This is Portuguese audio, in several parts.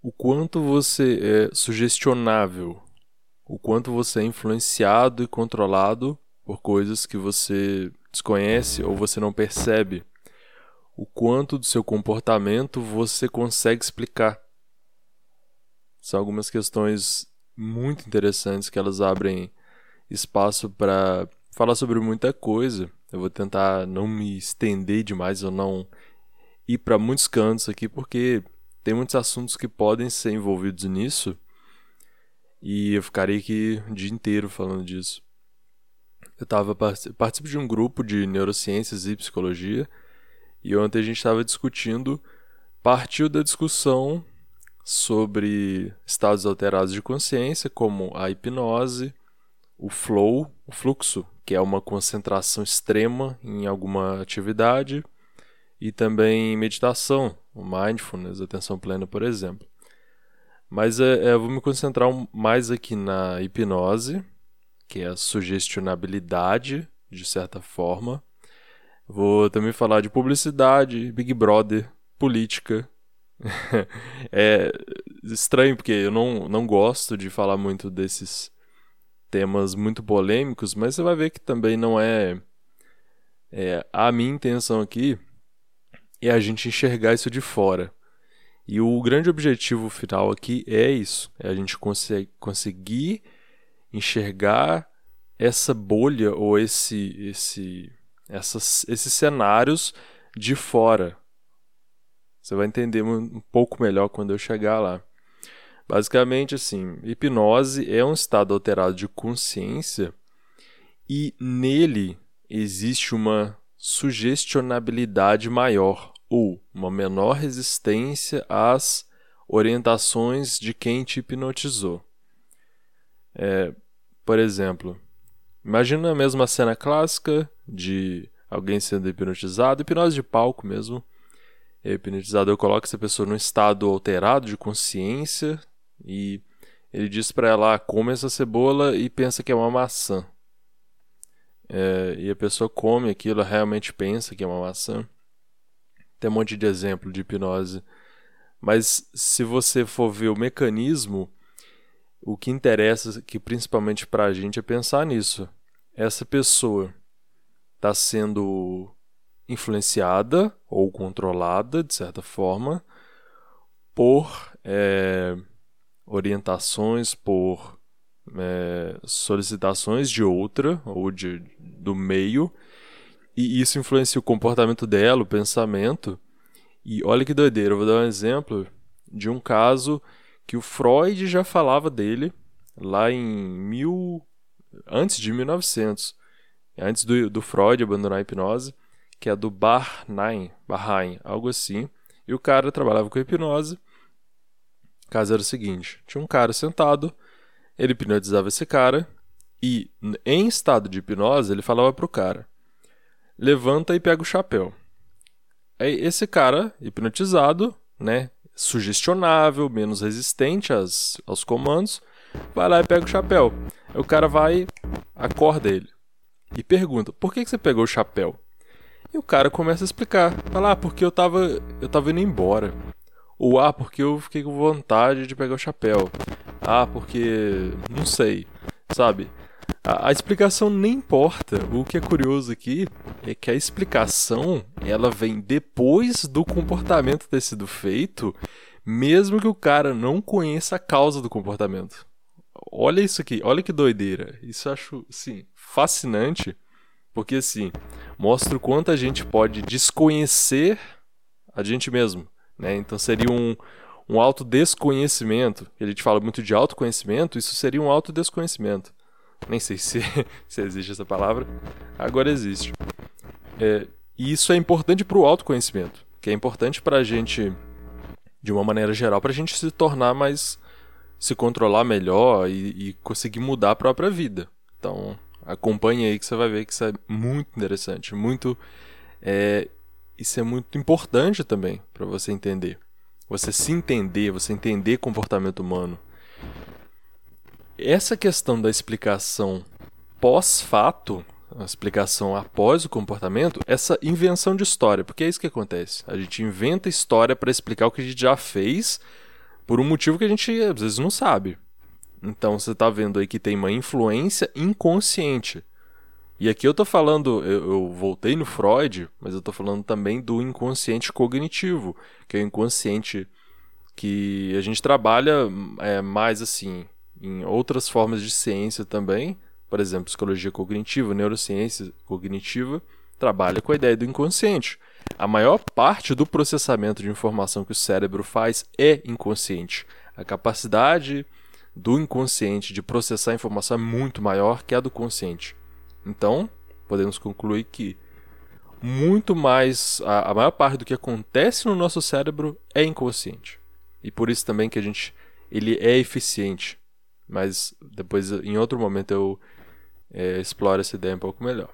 O quanto você é sugestionável, o quanto você é influenciado e controlado por coisas que você desconhece ou você não percebe, o quanto do seu comportamento você consegue explicar. São algumas questões muito interessantes que elas abrem espaço para falar sobre muita coisa. Eu vou tentar não me estender demais ou não ir para muitos cantos aqui, porque tem muitos assuntos que podem ser envolvidos nisso e eu ficaria aqui o dia inteiro falando disso. Participo de um grupo de neurociências e psicologia e ontem a gente estava discutindo, partiu da discussão sobre estados alterados de consciência, como a hipnose, o flow, o fluxo, que é uma concentração extrema em alguma atividade, e também meditação, o mindfulness, a atenção plena, por exemplo. Mas eu vou me concentrar mais aqui na hipnose, que é a sugestionabilidade, de certa forma. Vou também falar de publicidade, Big Brother, política. É estranho porque eu não gosto de falar muito desses temas muito polêmicos, mas você vai ver que também não é a minha intenção aqui é a gente enxergar isso de fora. E o grande objetivo final aqui é isso, é a gente conseguir enxergar essa bolha ou esses cenários de fora. Você vai entender um pouco melhor quando eu chegar lá. Basicamente, assim, hipnose é um estado alterado de consciência e nele existe uma sugestionabilidade maior ou uma menor resistência às orientações de quem te hipnotizou. Por exemplo, imagina a mesma cena clássica de alguém sendo hipnotizado, hipnose de palco mesmo. O hipnotizador coloca essa pessoa num estado alterado de consciência e ele diz para ela, come essa cebola e pensa que é uma maçã. E a pessoa come aquilo, ela realmente pensa que é uma maçã. Tem um monte de exemplo de hipnose. Mas se você for ver o mecanismo, o que interessa, que principalmente para a gente, é pensar nisso. Essa pessoa está sendo influenciada ou controlada, de certa forma, por orientações, por solicitações de outra ou do meio, e isso influencia o comportamento dela, o pensamento. E olha que doideira, eu vou dar um exemplo de um caso que o Freud já falava dele lá antes de 1900, antes do Freud abandonar a hipnose, que é do Bahrein, algo assim. E o cara trabalhava com hipnose. O caso era o seguinte, tinha um cara sentado, ele hipnotizava esse cara e, em estado de hipnose, ele falava pro cara, levanta e pega o chapéu. Aí esse cara, hipnotizado, né, sugestionável, menos resistente aos comandos, vai lá e pega o chapéu. Aí o cara vai, acorda ele e pergunta, por que você pegou o chapéu? E o cara começa a explicar, fala, porque eu tava indo embora. Ou, porque eu fiquei com vontade de pegar o chapéu. Porque, não sei, sabe? A explicação nem importa. O que é curioso aqui é que a explicação ela vem depois do comportamento ter sido feito, mesmo que o cara não conheça a causa do comportamento. Olha isso aqui, olha que doideira. Isso eu acho, assim, fascinante, porque, assim, mostra o quanto a gente pode desconhecer a gente mesmo, né? Então seria um autodesconhecimento. A gente fala muito de autoconhecimento, isso seria um autodesconhecimento. Nem sei se existe essa palavra. Agora existe. E isso é importante para o autoconhecimento, que é importante para a gente, de uma maneira geral, para a gente se tornar mais, se controlar melhor e conseguir mudar a própria vida. Então, acompanhe aí que você vai ver que isso é muito interessante, isso é muito importante também para você entender. Você se entender, você entender comportamento humano. Essa questão da explicação pós-fato, a explicação após o comportamento, essa invenção de história, porque é isso que acontece. A gente inventa história para explicar o que a gente já fez, por um motivo que a gente às vezes não sabe. Então você está vendo aí que tem uma influência inconsciente. E aqui eu tô falando, eu voltei no Freud, mas eu tô falando também do inconsciente cognitivo, que é o inconsciente que a gente trabalha mais assim em outras formas de ciência também, por exemplo, psicologia cognitiva, neurociência cognitiva, trabalha com a ideia do inconsciente. A maior parte do processamento de informação que o cérebro faz é inconsciente. A capacidade do inconsciente de processar informação é muito maior que a do consciente. Então, podemos concluir que muito mais, a maior parte do que acontece no nosso cérebro é inconsciente. E por isso também que ele é eficiente. Mas depois, em outro momento, eu exploro essa ideia um pouco melhor.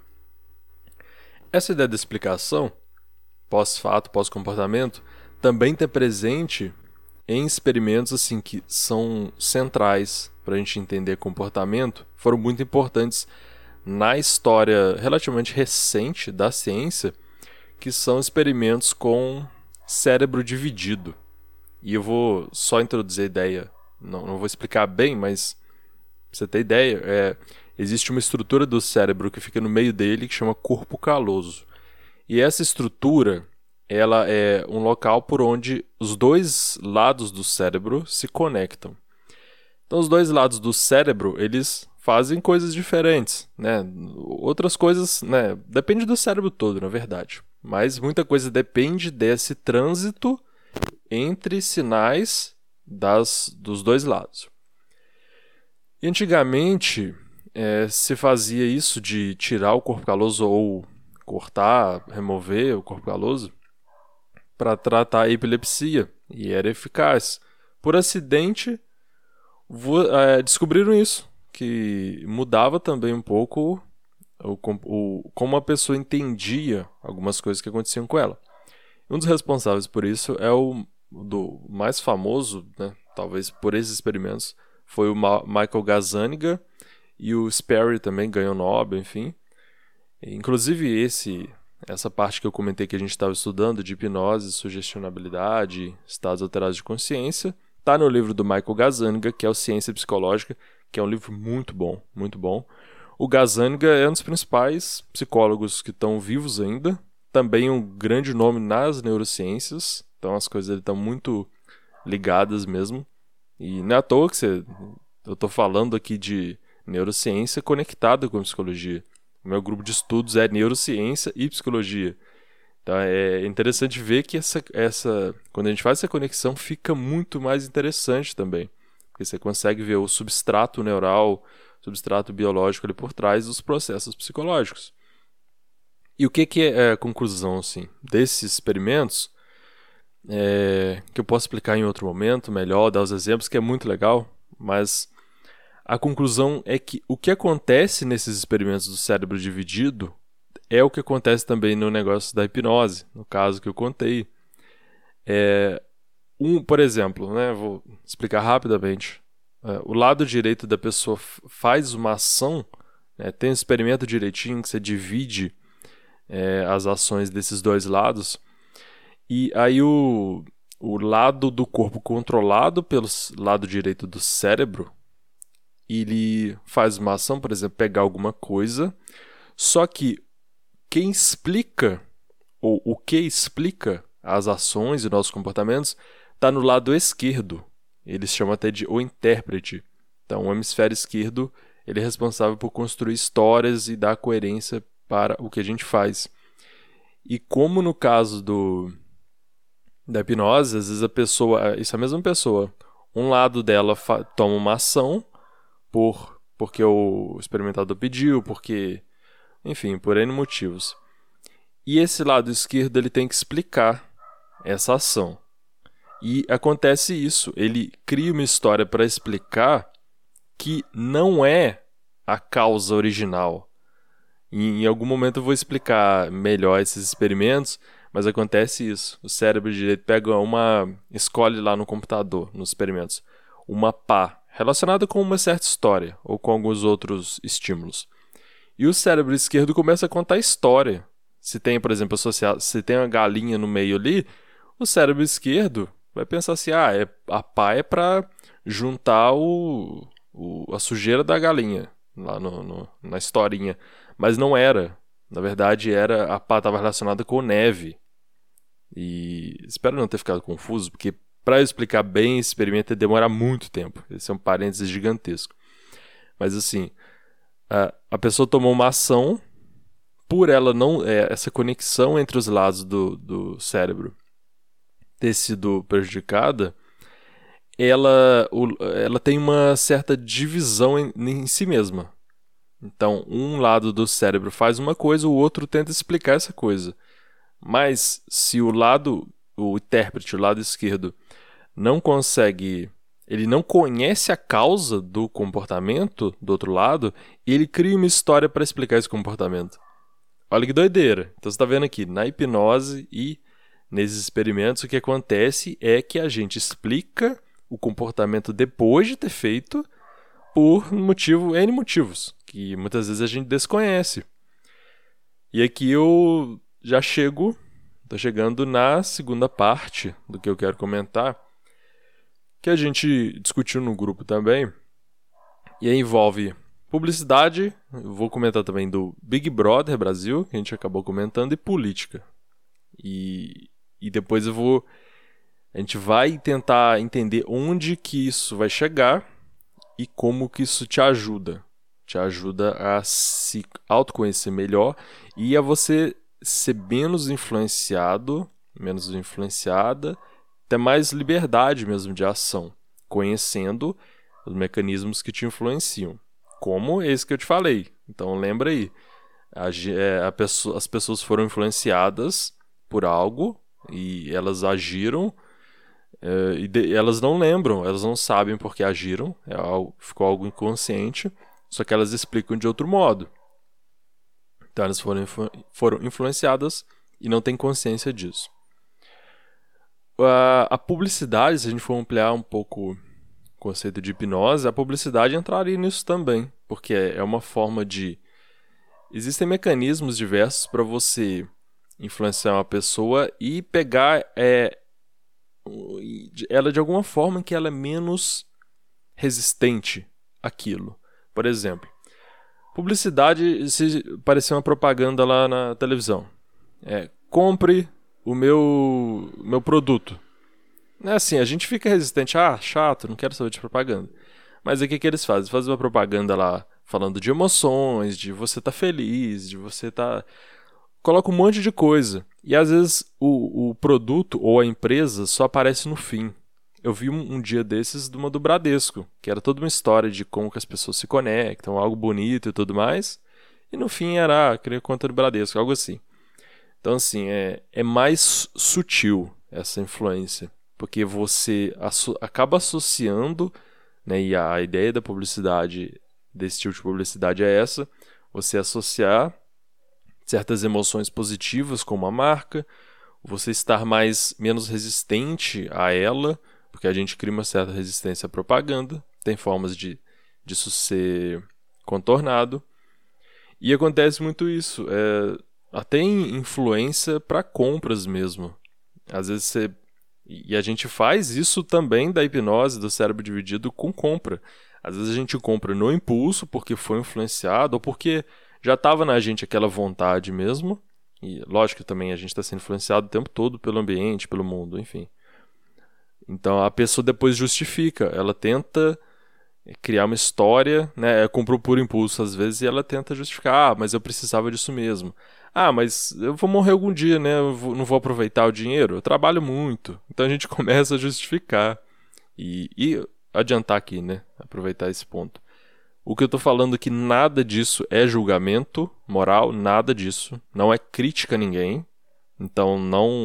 Essa ideia da explicação, pós-fato, pós-comportamento, também está presente em experimentos assim que são centrais para a gente entender comportamento, foram muito importantes na história relativamente recente da ciência, que são experimentos com cérebro dividido. E eu vou só introduzir a ideia, não vou explicar bem, mas pra você ter ideia, existe uma estrutura do cérebro que fica no meio dele que chama corpo caloso. E essa estrutura, ela é um local por onde os dois lados do cérebro se conectam. Então, os dois lados do cérebro, eles fazem coisas diferentes, né? Outras coisas, né? Depende do cérebro todo, na verdade. Mas muita coisa depende desse trânsito entre sinais dos dois lados. E antigamente, se fazia isso de tirar o corpo caloso ou cortar, remover o corpo caloso para tratar a epilepsia, e era eficaz. Por acidente, descobriram isso, que mudava também um pouco como a pessoa entendia algumas coisas que aconteciam com ela. Um dos responsáveis por isso é o mais famoso, né, talvez por esses experimentos, foi o Michael Gazzaniga, e o Sperry também ganhou Nobel, enfim. Inclusive essa parte que eu comentei que a gente estava estudando de hipnose, sugestionabilidade, estados alterados de consciência, está no livro do Michael Gazzaniga, que é o Ciência Psicológica, que é um livro muito bom, muito bom. O Gazzaniga é um dos principais psicólogos que estão vivos ainda, também um grande nome nas neurociências, então as coisas dele estão muito ligadas mesmo. E não é à toa que eu estou falando aqui de neurociência conectada com a psicologia. O meu grupo de estudos é neurociência e psicologia. Então é interessante ver que quando a gente faz essa conexão fica muito mais interessante também. Porque você consegue ver o substrato neural, substrato biológico ali por trás dos processos psicológicos. E o que é a conclusão assim, desses experimentos? Que eu posso explicar em outro momento melhor, dar os exemplos, que é muito legal, mas a conclusão é que o que acontece nesses experimentos do cérebro dividido é o que acontece também no negócio da hipnose, no caso que eu contei. Por exemplo, né, vou explicar rapidamente. O lado direito da pessoa faz uma ação, né, tem um experimento direitinho que você divide as ações desses dois lados, e aí o lado do corpo controlado pelo lado direito do cérebro, ele faz uma ação, por exemplo, pegar alguma coisa, só que quem explica, ou o que explica as ações e nossos comportamentos, está no lado esquerdo. Eles chamam até de o intérprete. Então, o hemisfério esquerdo ele é responsável por construir histórias e dar coerência para o que a gente faz. E como no caso da hipnose, às vezes a mesma pessoa, um lado dela toma uma ação porque o experimentador pediu, enfim, por N motivos. E esse lado esquerdo ele tem que explicar essa ação. E acontece isso, ele cria uma história para explicar que não é a causa original. Em algum momento eu vou explicar melhor esses experimentos, mas acontece isso. O cérebro direito escolhe lá no computador, nos experimentos, uma pá relacionada com uma certa história ou com alguns outros estímulos. E o cérebro esquerdo começa a contar a história. Se tem, por exemplo, se tem uma galinha no meio ali, o cérebro esquerdo vai pensar assim, a pá é para juntar a sujeira da galinha, lá na historinha. Mas não era. Na verdade, a pá estava relacionada com neve. E espero não ter ficado confuso, porque para eu explicar bem esse experimento ia demorar muito tempo. Esse é um parênteses gigantesco. Mas assim, a pessoa tomou uma ação, por ela não. Essa conexão entre os lados do cérebro ter sido prejudicada, ela tem uma certa divisão em si mesma. Então, um lado do cérebro faz uma coisa, o outro tenta explicar essa coisa. Mas se o intérprete, o lado esquerdo, não consegue, ele não conhece a causa do comportamento do outro lado, ele cria uma história para explicar esse comportamento. Olha que doideira. Então você está vendo aqui, na hipnose e nesses experimentos, o que acontece é que a gente explica o comportamento depois de ter feito por N motivos, que muitas vezes a gente desconhece. E aqui eu já tô chegando na segunda parte do que eu quero comentar, que a gente discutiu no grupo também, e aí envolve publicidade, eu vou comentar também do Big Brother Brasil, que a gente acabou comentando, e política. E depois a gente vai tentar entender onde que isso vai chegar e como que isso te ajuda. Te ajuda a se autoconhecer melhor e a você ser menos influenciada, ter mais liberdade mesmo de ação, conhecendo os mecanismos que te influenciam, como esse que eu te falei. Então lembra aí, as pessoas foram influenciadas por algo e elas agiram, elas não lembram, elas não sabem por que agiram, ficou algo inconsciente, só que elas explicam de outro modo. Então elas foram influenciadas e não têm consciência disso. A publicidade, se a gente for ampliar um pouco o conceito de hipnose, a publicidade entraria nisso também, porque é uma forma de... Existem mecanismos diversos para você influenciar uma pessoa e pegar ela de alguma forma que ela é menos resistente àquilo. Por exemplo, publicidade, se parecer uma propaganda lá na televisão. Compre o meu produto. É assim, a gente fica resistente. Chato, não quero saber de propaganda. Mas aí o que eles fazem? Eles fazem uma propaganda lá falando de emoções, de você tá feliz, de você tá... Coloca um monte de coisa. E às vezes o produto ou a empresa só aparece no fim. Eu vi um dia desses de uma do Bradesco, que era toda uma história de como que as pessoas se conectam, algo bonito e tudo mais. E no fim era, queria conta do Bradesco, algo assim. Então assim, é mais sutil essa influência. Porque você acaba associando, né, e a ideia da publicidade, desse tipo de publicidade é essa, você associar certas emoções positivas como a marca, você estar menos resistente a ela, porque a gente cria uma certa resistência à propaganda, tem formas disso ser contornado, e acontece muito isso, até em influência para compras mesmo. Às vezes e a gente faz isso também da hipnose do cérebro dividido com compra. Às vezes a gente compra no impulso porque foi influenciado ou porque já estava na gente aquela vontade mesmo. E lógico que também a gente está sendo influenciado o tempo todo pelo ambiente, pelo mundo, enfim. Então a pessoa depois justifica, ela tenta criar uma história, né? Comprou por impulso às vezes e ela tenta justificar, mas eu precisava disso mesmo. Mas eu vou morrer algum dia, né? Não vou aproveitar o dinheiro, eu trabalho muito. Então a gente começa a justificar e adiantar aqui, né? Aproveitar esse ponto. O que eu tô falando aqui, nada disso é julgamento moral, nada disso. Não é crítica a ninguém. Então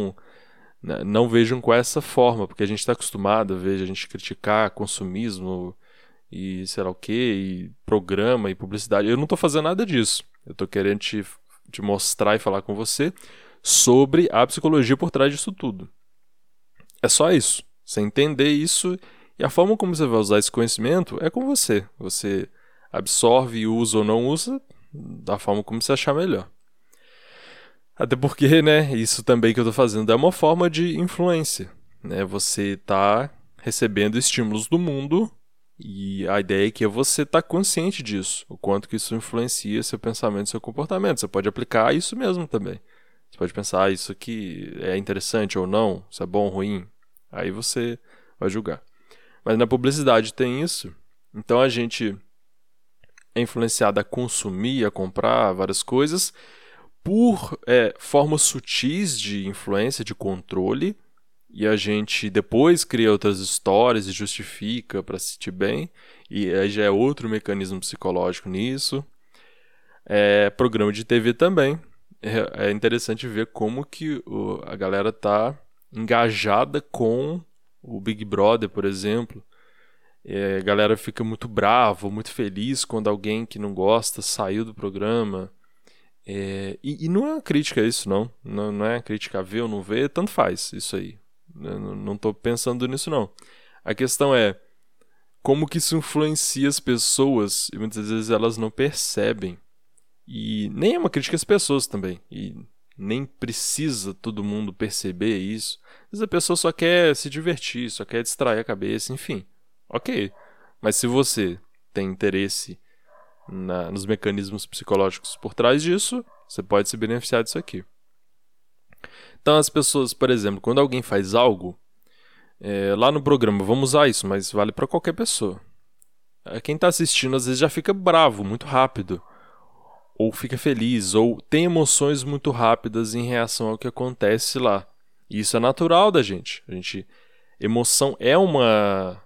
não vejam com essa forma, porque a gente está acostumado a ver a gente criticar consumismo e sei lá o que, e programa e publicidade. Eu não tô fazendo nada disso. Eu tô querendo te mostrar e falar com você sobre a psicologia por trás disso tudo. É só isso. Você entender isso e a forma como você vai usar esse conhecimento é com você. Você absorve, usa ou não usa da forma como você achar melhor. Até porque, né, isso também que eu tô fazendo é uma forma de influência. né? Você está recebendo estímulos do mundo e a ideia é que você está consciente disso, o quanto que isso influencia seu pensamento e seu comportamento. Você pode aplicar isso mesmo também. Você pode pensar, isso aqui é interessante ou não, isso é bom ou ruim. Aí você vai julgar. Mas na publicidade tem isso. Então a gente é influenciado a consumir, a comprar várias coisas por formas sutis de influência, de controle, e a gente depois cria outras histórias e justifica para se sentir bem, e aí já é outro mecanismo psicológico nisso. Programa de TV também. É interessante ver como que a galera tá engajada com o Big Brother, por exemplo. A galera fica muito brava, muito feliz quando alguém que não gosta saiu do programa. E não é uma crítica a isso, não. Não é uma crítica a ver ou não ver, tanto faz isso aí. Eu não estou pensando nisso, não. A questão é como que isso influencia as pessoas e muitas vezes elas não percebem. E nem é uma crítica às pessoas também. E nem precisa todo mundo perceber isso. Às vezes a pessoa só quer se divertir, só quer distrair a cabeça, enfim. Ok. Mas se você tem interesse nos mecanismos psicológicos por trás disso, você pode se beneficiar disso aqui. Então as pessoas, por exemplo, quando alguém faz algo, lá no programa, vamos usar isso, mas vale para qualquer pessoa. Quem está assistindo às vezes já fica bravo muito rápido, ou fica feliz, ou tem emoções muito rápidas em reação ao que acontece lá. E isso é natural da gente. Emoção é uma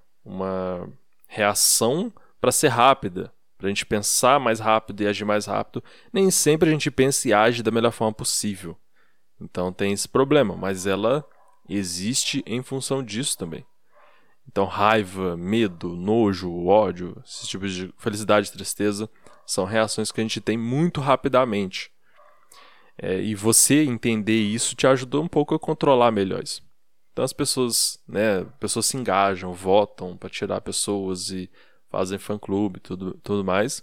reação para ser rápida, para a gente pensar mais rápido e agir mais rápido. Nem sempre a gente pensa e age da melhor forma possível. Então tem esse problema, mas ela existe em função disso também. Então raiva, medo, nojo, ódio, esses tipos de felicidade e tristeza são reações que a gente tem muito rapidamente. E você entender isso te ajudou um pouco a controlar melhor isso. Então as pessoas se engajam, votam para tirar pessoas e fazem fã-clube e tudo mais.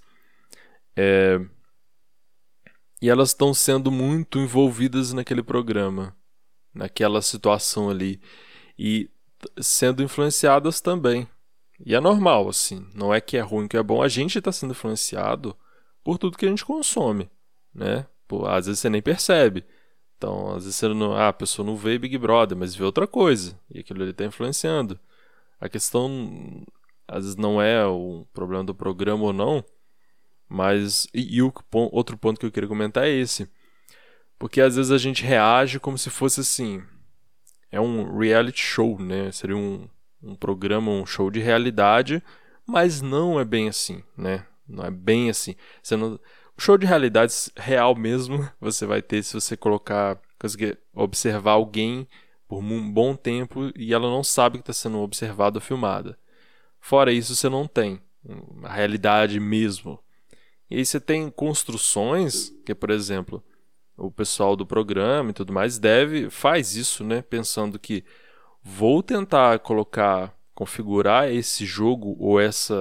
E elas estão sendo muito envolvidas naquele programa, naquela situação ali. E sendo influenciadas também. E é normal, assim. Não é que é ruim, que é bom. A gente está sendo influenciado por tudo que a gente consome, né? Pô, às vezes você nem percebe. Então, às vezes a pessoa não vê Big Brother, mas vê outra coisa. E aquilo ali está influenciando. A questão, às vezes, não é o problema do programa ou não, mas... outro ponto que eu queria comentar é esse. Porque às vezes a gente reage como se fosse assim... É um reality show, né? Seria um programa, um show de realidade, mas não é bem assim, né? Não é bem assim. O show de realidade real mesmo você vai ter se você conseguir observar alguém por um bom tempo e ela não sabe que está sendo observada ou filmada. Fora isso, você não tem a realidade mesmo. E aí você tem construções, que por exemplo, o pessoal do programa e tudo mais faz isso, né? Pensando que vou tentar configurar esse jogo ou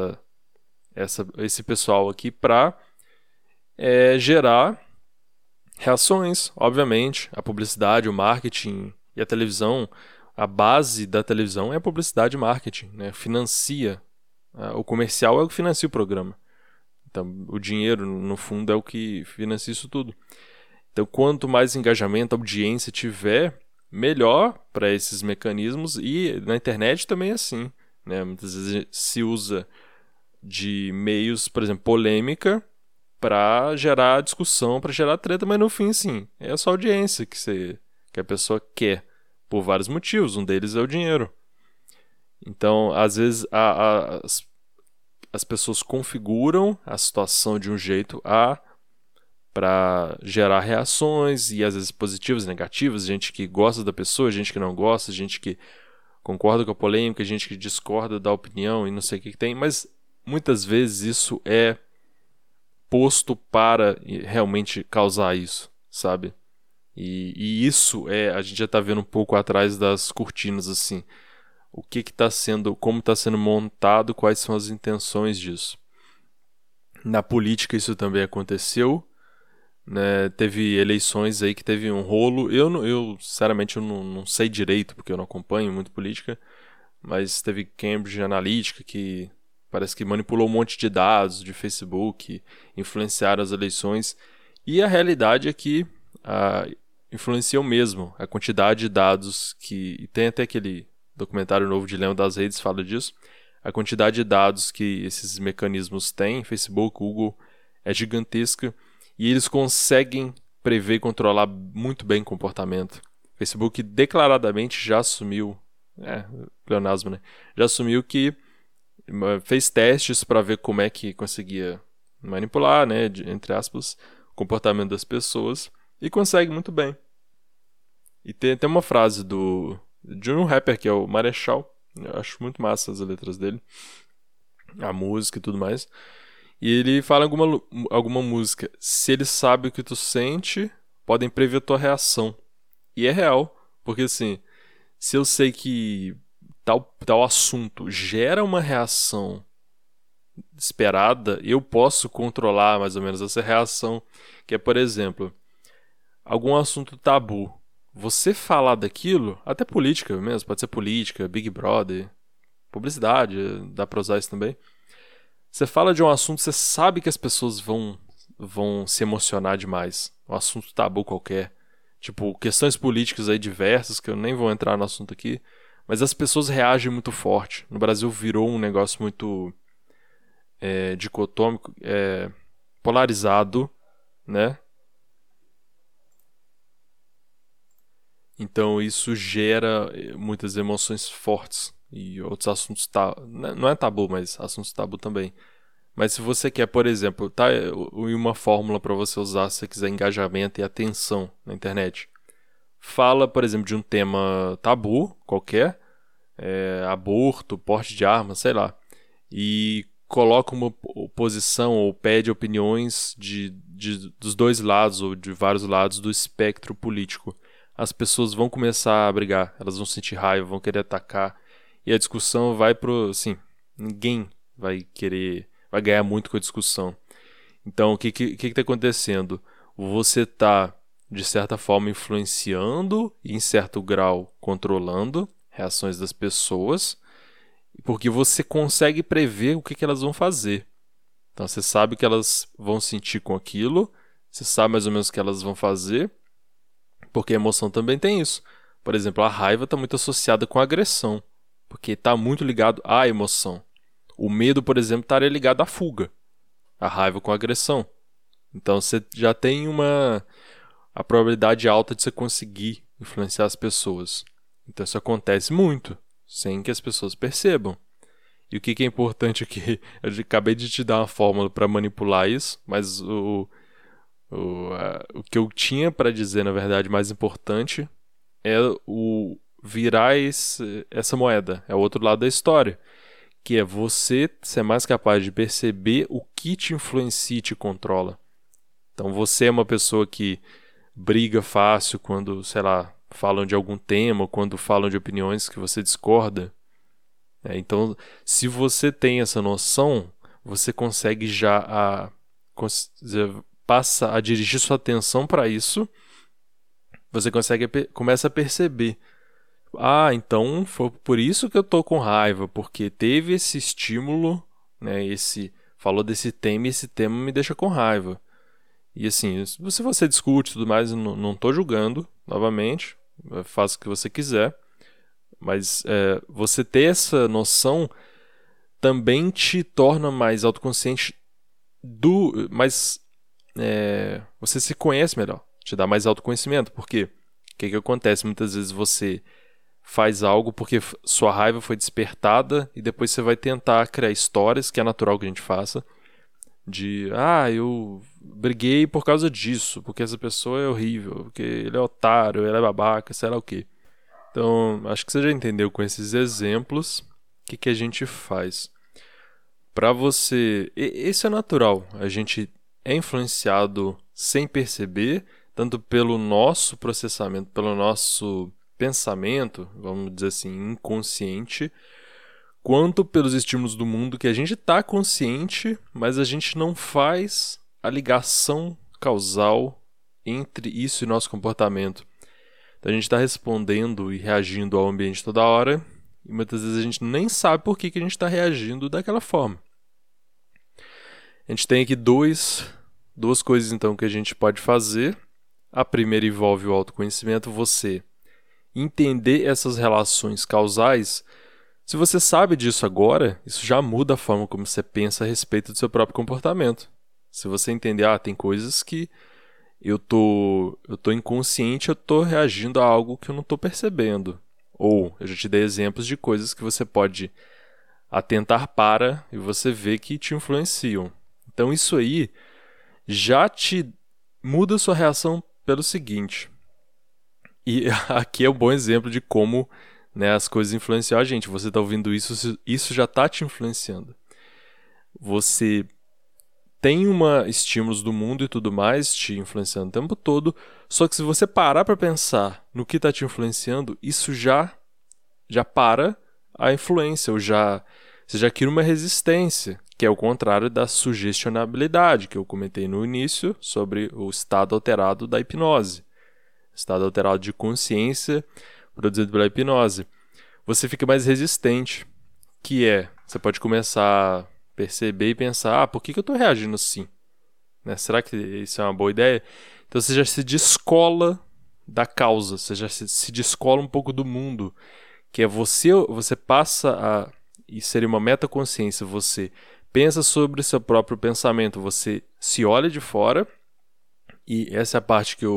esse pessoal aqui para gerar reações, obviamente. A publicidade, o marketing e a televisão, a base da televisão é a publicidade e marketing, né? Financia. O comercial é o que financia o programa. Então, o dinheiro, no fundo, é o que financia isso tudo. Então, quanto mais engajamento, audiência tiver, melhor para esses mecanismos. E na internet também é assim, né? Muitas vezes se usa de meios, por exemplo, polêmica, para gerar discussão, para gerar treta, mas no fim, sim, é a sua audiência que a pessoa quer, por vários motivos. Um deles é o dinheiro. Então, às vezes, as pessoas configuram a situação de um jeito para gerar reações, e às vezes positivas e negativas, gente que gosta da pessoa, gente que não gosta, gente que concorda com a polêmica, gente que discorda da opinião e não sei o que tem, mas muitas vezes isso é posto para realmente causar isso, sabe? E isso a gente já está vendo um pouco atrás das cortinas, assim, o que está sendo, como está sendo montado, quais são as intenções disso. Na política isso também aconteceu. né? Teve eleições aí que teve um rolo. Eu sinceramente, eu não sei direito, porque eu não acompanho muito política, mas teve Cambridge Analytica que parece que manipulou um monte de dados de Facebook, influenciaram as eleições. E a realidade é que influenciam mesmo a quantidade de dados que... E tem até aquele documentário novo de Leão das Redes fala disso. A quantidade de dados que esses mecanismos têm, Facebook, Google, é gigantesca. E eles conseguem prever e controlar muito bem o comportamento. Facebook declaradamente já assumiu... pleonasmo, né? Já assumiu que fez testes para ver como é que conseguia manipular, né, entre aspas, o comportamento das pessoas e consegue muito bem. E tem uma frase de um rapper que é o Marechal, eu acho muito massa as letras dele, a música e tudo mais. E ele fala em alguma música: se ele sabe o que tu sente, podem prever tua reação. E é real, porque assim, se eu sei que tal assunto gera uma reação esperada, eu posso controlar mais ou menos essa reação, que é, por exemplo, algum assunto tabu. Você falar daquilo, até política mesmo, pode ser política, Big Brother, publicidade, dá pra usar isso também. Você fala de um assunto, você sabe que as pessoas vão se emocionar demais. Um assunto tabu qualquer. Tipo, questões políticas aí diversas, que eu nem vou entrar no assunto aqui, mas as pessoas reagem muito forte. No Brasil virou um negócio muito dicotômico, polarizado, né? Então isso gera muitas emoções fortes e outros assuntos não é tabu, mas assuntos tabu também. Mas se você quer, por exemplo, uma fórmula para você usar se você quiser engajamento e atenção na internet. Fala, por exemplo, de um tema tabu qualquer, aborto, porte de arma, sei lá, e coloca uma posição ou pede opiniões dos dois lados ou de vários lados do espectro político. As pessoas vão começar a brigar, elas vão sentir raiva, vão querer atacar, e a discussão vai pro... Assim, ninguém vai ganhar muito com a discussão. Então, o que está acontecendo? Você está, de certa forma, influenciando e, em certo grau, controlando reações das pessoas, porque você consegue prever o que elas vão fazer. Então, você sabe o que elas vão sentir com aquilo, você sabe mais ou menos o que elas vão fazer, porque a emoção também tem isso. Por exemplo, a raiva está muito associada com a agressão, porque está muito ligado à emoção. O medo, por exemplo, estaria ligado à fuga. A raiva com a agressão. Então você já tem a probabilidade alta de você conseguir influenciar as pessoas. Então isso acontece muito, sem que as pessoas percebam. E o que é importante aqui? Eu acabei de te dar uma fórmula para manipular isso, mas o que eu tinha para dizer, na verdade, mais importante é o virar essa moeda. É o outro lado da história. Que é você ser mais capaz de perceber o que te influencia e te controla. Então você é uma pessoa que briga fácil quando, sei lá, falam de algum tema, ou quando falam de opiniões que você discorda. Então, se você tem essa noção, você consegue já passa a dirigir sua atenção para isso. Você começa a perceber. Então foi por isso que eu tô com raiva, porque teve esse estímulo, né? Falou desse tema e esse tema me deixa com raiva. E assim, se você discute e tudo mais, eu não tô julgando, novamente, faça o que você quiser, mas você ter essa noção também te torna mais autoconsciente você se conhece melhor, te dá mais autoconhecimento, porque o que acontece? Muitas vezes você faz algo porque sua raiva foi despertada e depois você vai tentar criar histórias, que é natural que a gente faça, eu briguei por causa disso, porque essa pessoa é horrível, porque ele é otário, ele é babaca, sei lá o quê. Então, acho que você já entendeu com esses exemplos o que a gente faz. Para você... Isso é natural, a gente é influenciado sem perceber, tanto pelo nosso processamento, pelo nosso pensamento, vamos dizer assim, inconsciente, quanto pelos estímulos do mundo que a gente está consciente, mas a gente não faz a ligação causal entre isso e nosso comportamento. Então a gente está respondendo e reagindo ao ambiente toda hora, e muitas vezes a gente nem sabe por que a gente está reagindo daquela forma. A gente tem aqui duas coisas então que a gente pode fazer. A primeira envolve o autoconhecimento, você entender essas relações causais. Se você sabe disso agora, isso já muda a forma como você pensa a respeito do seu próprio comportamento. Se você entender, tem coisas que eu tô inconsciente, eu tô reagindo a algo que eu não tô percebendo. Ou eu já te dei exemplos de coisas que você pode atentar para e você vê que te influenciam. Então isso aí já te muda a sua reação pelo seguinte. E aqui é um bom exemplo de como, né, as coisas influenciam a gente. Você está ouvindo isso, isso já está te influenciando. Você tem estímulos do mundo e tudo mais te influenciando o tempo todo, só que se você parar para pensar no que está te influenciando, isso já para a influência, você já cria uma resistência, que é o contrário da sugestionabilidade, que eu comentei no início sobre o estado alterado da hipnose. Estado alterado de consciência produzido pela hipnose. Você fica mais resistente, você pode começar a perceber e pensar, por que eu estou reagindo assim? Né? Será que isso é uma boa ideia? Então você já se descola da causa, você já se descola um pouco do mundo, que é você passa a, e seria uma metaconsciência, você pensa sobre o seu próprio pensamento, você se olha de fora, e essa é a parte que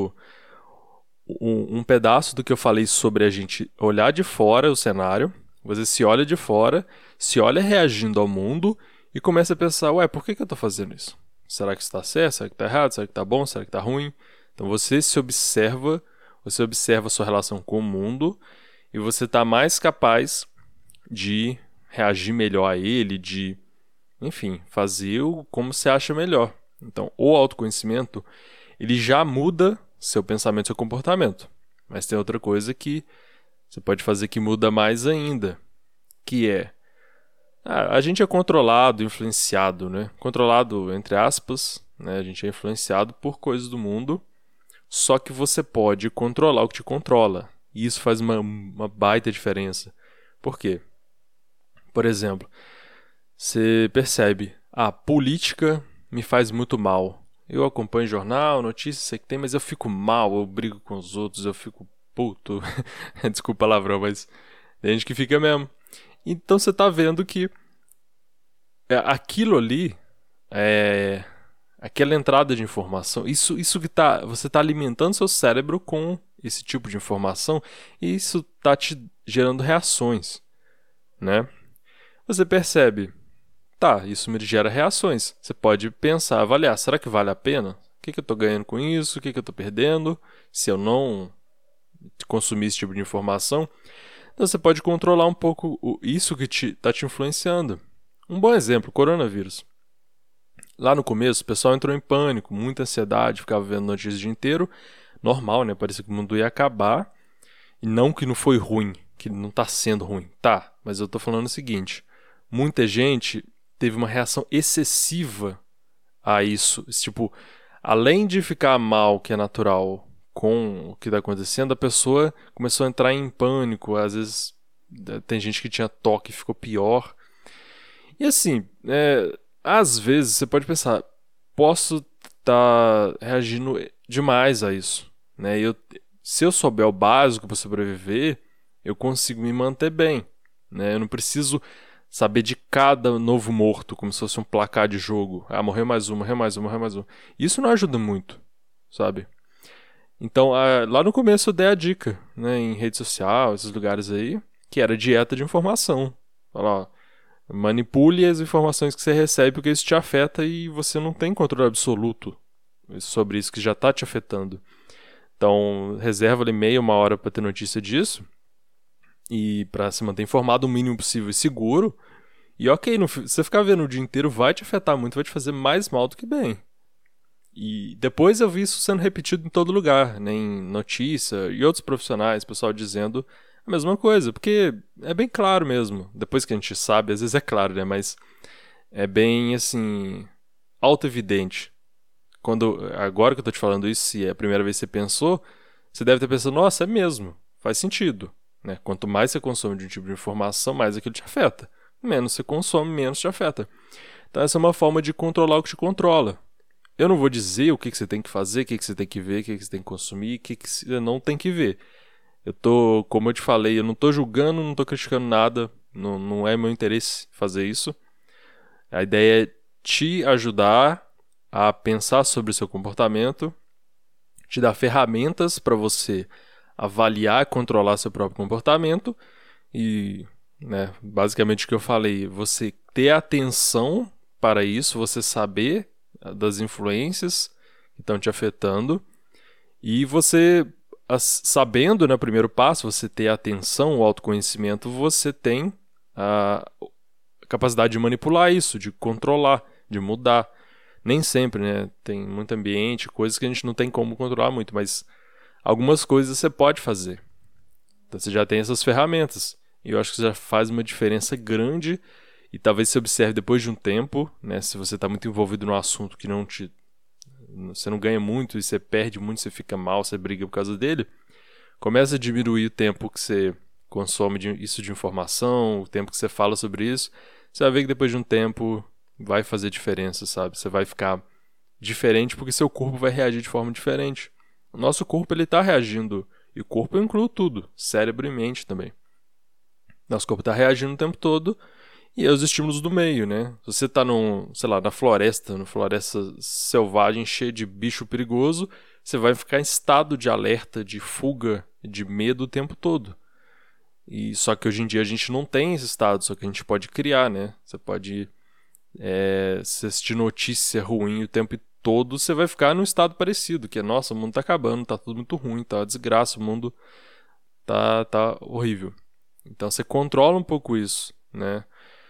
um pedaço do que eu falei sobre a gente olhar de fora o cenário, você se olha de fora, se olha reagindo ao mundo e começa a pensar, por que eu estou fazendo isso? Será que está certo? Será que está errado? Será que está bom? Será que está ruim? Então você observa a sua relação com o mundo e você está mais capaz de reagir melhor a ele, de, enfim, fazer como você acha melhor. Então, o autoconhecimento, ele já muda seu pensamento, seu comportamento. Mas tem outra coisa que você pode fazer que muda mais ainda, que é a gente é controlado, influenciado, né? Controlado, entre aspas, né? A gente é influenciado por coisas do mundo, só que você pode controlar o que te controla. E isso faz uma baita diferença. Por quê? Por exemplo, você percebe, política me faz muito mal. Eu acompanho jornal, notícias, sei que tem, mas eu fico mal, eu brigo com os outros, eu fico puto. Desculpa o palavrão, mas tem gente que fica mesmo. Então você tá vendo que aquilo ali, aquela entrada de informação, isso que você tá alimentando seu cérebro com esse tipo de informação e isso tá te gerando reações, né? Você percebe, isso me gera reações. Você pode pensar, avaliar, será que vale a pena? O que eu estou ganhando com isso? O que eu estou perdendo? Se eu não consumir esse tipo de informação. Então você pode controlar um pouco isso que está te influenciando. Um bom exemplo, coronavírus. Lá no começo, o pessoal entrou em pânico, muita ansiedade, ficava vendo notícias o dia inteiro. Normal, né? Parecia que o mundo ia acabar. E não que não foi ruim, que não está sendo ruim. Tá, mas eu estou falando o seguinte. Muita gente teve uma reação excessiva a isso. Tipo, além de ficar mal, que é natural, com o que está acontecendo, a pessoa começou a entrar em pânico. Às vezes tem gente que tinha toque e ficou pior. E assim, às vezes você pode pensar, posso estar reagindo demais a isso, né? Se eu souber o básico para sobreviver, eu consigo me manter bem, né? Eu não preciso saber de cada novo morto, como se fosse um placar de jogo. Morreu mais um, morreu mais um, morreu mais um. Isso não ajuda muito, sabe? Então, lá no começo eu dei a dica, né, em rede social, esses lugares aí, que era dieta de informação. Fala, manipule as informações que você recebe, porque isso te afeta e você não tem controle absoluto sobre isso que já está te afetando. Então, reserva ali meia, uma hora para ter notícia disso e para se manter informado o mínimo possível e seguro. E ok, você ficar vendo o dia inteiro vai te afetar muito, vai te fazer mais mal do que bem. E depois eu vi isso sendo repetido em todo lugar, né, em notícia e outros profissionais, pessoal dizendo a mesma coisa, porque é bem claro mesmo. Depois que a gente sabe, às vezes é claro, né, mas é bem, assim, auto-evidente agora que eu tô te falando isso, se é a primeira vez que você pensou, você deve ter pensado, nossa, é mesmo, faz sentido, né? Quanto mais você consome de um tipo de informação, mais aquilo te afeta. Menos você consome, menos te afeta. Então essa é uma forma de controlar o que te controla. Eu não vou dizer o que você tem que fazer, o que você tem que ver, o que você tem que consumir, o que você não tem que ver. Como eu te falei, eu não tô julgando, não tô criticando nada, não é meu interesse fazer isso. A ideia é te ajudar a pensar sobre o seu comportamento, te dar ferramentas para você avaliar e controlar seu próprio comportamento e, né, basicamente o que eu falei, você ter atenção para isso, você saber das influências que estão te afetando e você, sabendo, né, primeiro passo, você ter atenção, o autoconhecimento, você tem a capacidade de manipular isso, de controlar, de mudar. Nem sempre, né? Tem muito ambiente, coisas que a gente não tem como controlar muito, mas algumas coisas você pode fazer. Então você já tem essas ferramentas. E eu acho que já faz uma diferença grande. E talvez você observe depois de um tempo, né? Se você está muito envolvido num assunto que você não ganha muito e você perde muito, você fica mal, você briga por causa dele. Começa a diminuir o tempo que você consome isso de informação, o tempo que você fala sobre isso. Você vai ver que depois de um tempo vai fazer diferença, sabe? Você vai ficar diferente porque seu corpo vai reagir de forma diferente. O nosso corpo, ele tá reagindo, e o corpo inclui tudo, cérebro e mente também. Nosso corpo está reagindo o tempo todo e é os estímulos do meio, né? Se você tá sei lá, na floresta selvagem cheia de bicho perigoso, você vai ficar em estado de alerta, de fuga, de medo o tempo todo. E só que hoje em dia a gente não tem esse estado, só que a gente pode criar, né? Você pode se assistir notícia ruim o tempo todo, você vai ficar num estado parecido, que é, nossa, o mundo tá acabando, tá tudo muito ruim, tá uma desgraça, o mundo tá horrível. Então você controla um pouco isso, né?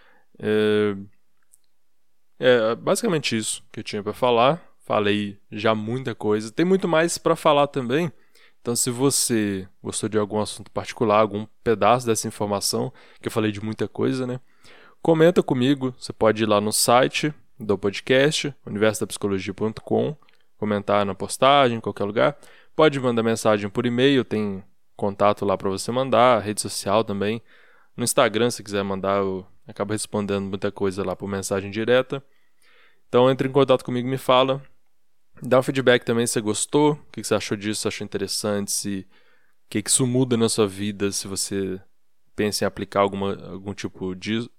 É basicamente isso que eu tinha para falar. Falei já muita coisa. Tem muito mais para falar também. Então, se você gostou de algum assunto particular, algum pedaço dessa informação, que eu falei de muita coisa, né? Comenta comigo. Você pode ir lá no site do podcast, universodapsicologia.com, comentar na postagem, em qualquer lugar. Pode mandar mensagem por e-mail, tem contato lá para você mandar, rede social também. No Instagram, se quiser mandar, eu acabo respondendo muita coisa lá por mensagem direta. Então, entre em contato comigo e me fala. Dá um feedback também se você gostou, o que você achou disso, se achou interessante, o que isso muda na sua vida, se você pensa em aplicar algum tipo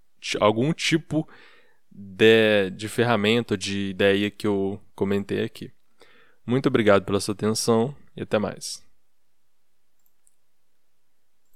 de ferramenta, de ideia que eu comentei aqui. Muito obrigado pela sua atenção e até mais.